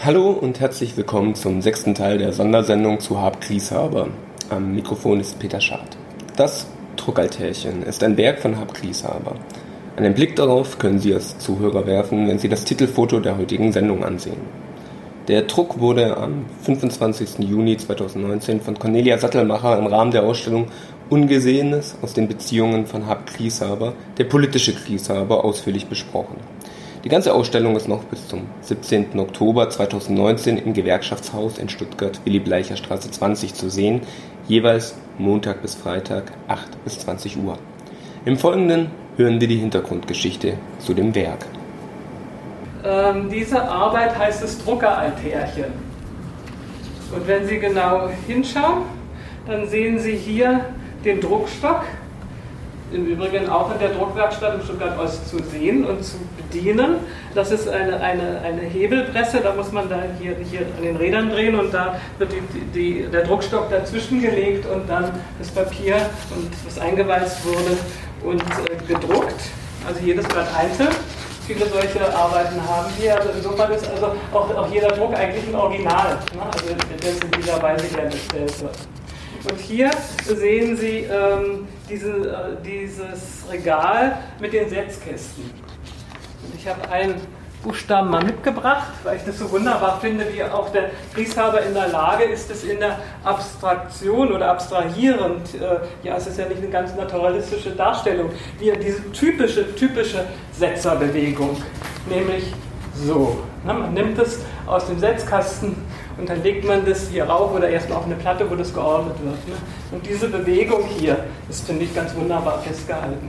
Hallo und herzlich willkommen zum 6. Teil der Sondersendung zu Hab Grieshaber. Am Mikrofon ist Peter Schad. Das Druckaltärchen ist ein Werk von Hab Grieshaber. Einen Blick darauf können Sie als Zuhörer werfen, wenn Sie das Titelfoto der heutigen Sendung ansehen. Der Druck wurde am 25. Juni 2019 von Cornelia Sattelmacher im Rahmen der Ausstellung Ungesehenes aus den Beziehungen von Hab Grieshaber, der politische Grieshaber, ausführlich besprochen. Die ganze Ausstellung ist noch bis zum 17. Oktober 2019 im Gewerkschaftshaus in Stuttgart, Willy-Bleicher-Straße 20 zu sehen, jeweils Montag bis Freitag, 8 bis 20 Uhr. Im Folgenden hören wir die Hintergrundgeschichte zu dem Werk. Diese Arbeit heißt das Druckeraltärchen. Und wenn Sie genau hinschauen, dann sehen Sie hier den Druckstock, im Übrigen auch in der Druckwerkstatt in Stuttgart-Ost zu sehen und zu bedienen. Das ist eine Hebelpresse, da muss man da hier an den Rädern drehen und da wird der Druckstock dazwischen gelegt und dann das Papier, das eingewalzt wurde und gedruckt. Also jedes Blatt einzeln. Viele solche Arbeiten haben wir. Also insofern ist also auch jeder Druck eigentlich ein Original, ne? Also der in dieser Weise hergestellt wird. Und hier sehen Sie dieses Regal mit den Setzkästen. Und ich habe einen Buchstaben mal mitgebracht, weil ich das so wunderbar finde, wie auch der Grieshaber in der Lage ist, es in der Abstraktion oder abstrahierend, es ist ja nicht eine ganz naturalistische Darstellung, wie diese typische Setzerbewegung, nämlich so. Man nimmt es aus dem Setzkasten und dann legt man das hier rauf oder erstmal auf eine Platte, wo das geordnet wird. Und diese Bewegung hier ist, finde ich, ganz wunderbar festgehalten.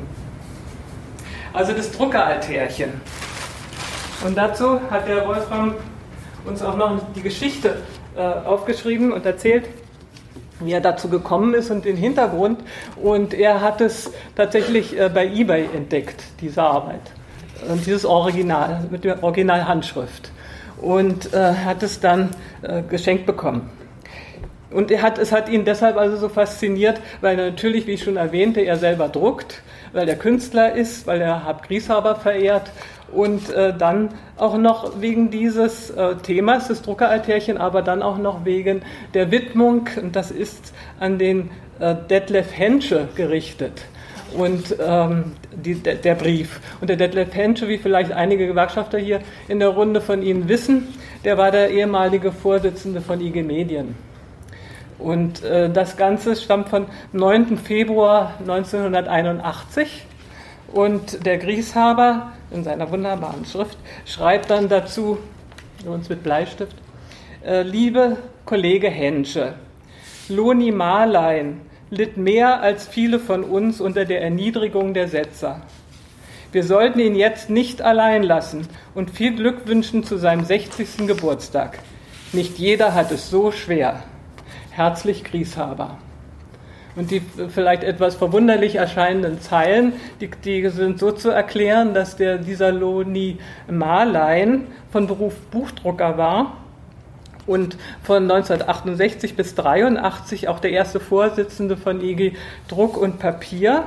Also das Druckeraltärchen. Und dazu hat der Wolfram uns auch noch die Geschichte aufgeschrieben und erzählt, wie er dazu gekommen ist und den Hintergrund. Und er hat es tatsächlich bei eBay entdeckt, diese Arbeit. Und dieses Original, mit der Originalhandschrift. Und hat es dann geschenkt bekommen. Und es hat ihn deshalb also so fasziniert, weil er natürlich, wie ich schon erwähnte, er selber druckt, weil er Künstler ist, weil er Hab Grieshaber verehrt und dann auch noch wegen dieses Themas, das Druckeraltärchen, aber dann auch noch wegen der Widmung, und das ist an den Detlef Hensche gerichtet. Und der Brief. Und der Detlef Hensche, wie vielleicht einige Gewerkschafter hier in der Runde von Ihnen wissen, der war der ehemalige Vorsitzende von IG Medien. Und das Ganze stammt vom 9. Februar 1981. Und der Grieshaber in seiner wunderbaren Schrift schreibt dann dazu, übrigens mit Bleistift, liebe Kollege Hensche, Loni Marlein litt mehr als viele von uns unter der Erniedrigung der Setzer. Wir sollten ihn jetzt nicht allein lassen und viel Glück wünschen zu seinem 60. Geburtstag. Nicht jeder hat es so schwer. Herzlich Grieshaber. Und die vielleicht etwas verwunderlich erscheinenden Zeilen, die sind so zu erklären, dass dieser Loni Marlein von Beruf Buchdrucker war und von 1968 bis 1983 auch der erste Vorsitzende von IG Druck und Papier.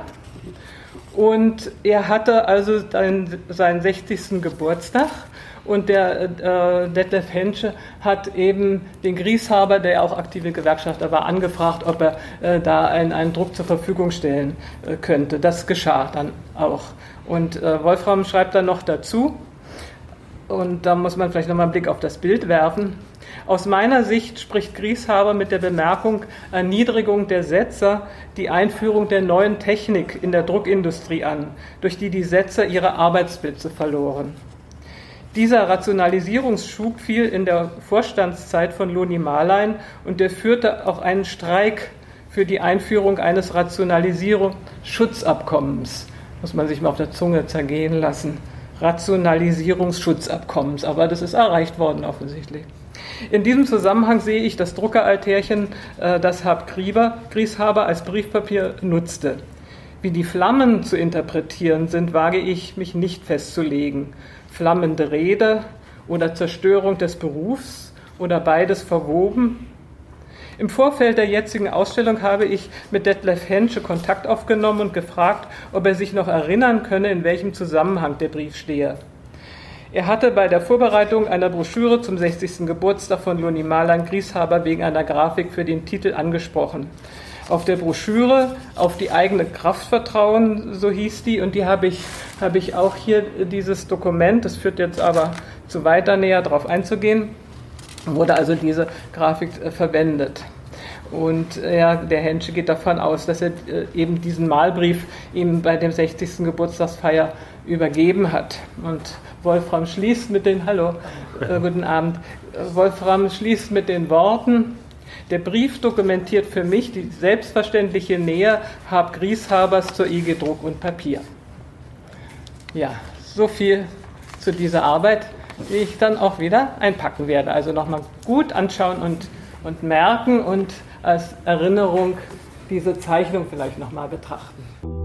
Und er hatte also seinen 60. Geburtstag und der Detlef Hensche hat eben den Grieshaber, der auch aktive Gewerkschafter war, angefragt, ob er da einen Druck zur Verfügung stellen könnte. Das geschah dann auch. Und Wolfram schreibt dann noch dazu, und da muss man vielleicht nochmal einen Blick auf das Bild werfen. Aus meiner Sicht spricht Grieshaber mit der Bemerkung Erniedrigung der Setzer die Einführung der neuen Technik in der Druckindustrie an, durch die Setzer ihre Arbeitsplätze verloren. Dieser Rationalisierungsschub fiel in der Vorstandszeit von Loni Marlein und der führte auch einen Streik für die Einführung eines Rationalisierungsschutzabkommens. Muss man sich mal auf der Zunge zergehen lassen. Rationalisierungsschutzabkommens, aber das ist erreicht worden offensichtlich. In diesem Zusammenhang sehe ich das Druckeraltärchen, das Hab Grieshaber als Briefpapier nutzte. Wie die Flammen zu interpretieren sind, wage ich mich nicht festzulegen. Flammende Rede oder Zerstörung des Berufs oder beides verwoben. Im Vorfeld der jetzigen Ausstellung habe ich mit Detlef Hensche Kontakt aufgenommen und gefragt, ob er sich noch erinnern könne, in welchem Zusammenhang der Brief stehe. Er hatte bei der Vorbereitung einer Broschüre zum 60. Geburtstag von Loni Marlan Grieshaber wegen einer Grafik für den Titel angesprochen. Auf der Broschüre Auf die eigene Kraft vertrauen, so hieß die, und die habe ich auch hier, dieses Dokument, das führt jetzt aber zu weiter näher darauf einzugehen, wurde also diese Grafik verwendet. Und der Hensche geht davon aus, dass er eben diesen Malbrief ihm bei dem 60. Geburtstagsfeier übergeben hat. Und Wolfram schließt mit den, guten Abend, Wolfram schließt mit den Worten: Der Brief dokumentiert für mich die selbstverständliche Nähe Hab Grieshabers zur IG Druck und Papier. Ja, so viel zu dieser Arbeit, die ich dann auch wieder einpacken werde. Also nochmal gut anschauen und merken und als Erinnerung diese Zeichnung vielleicht nochmal betrachten.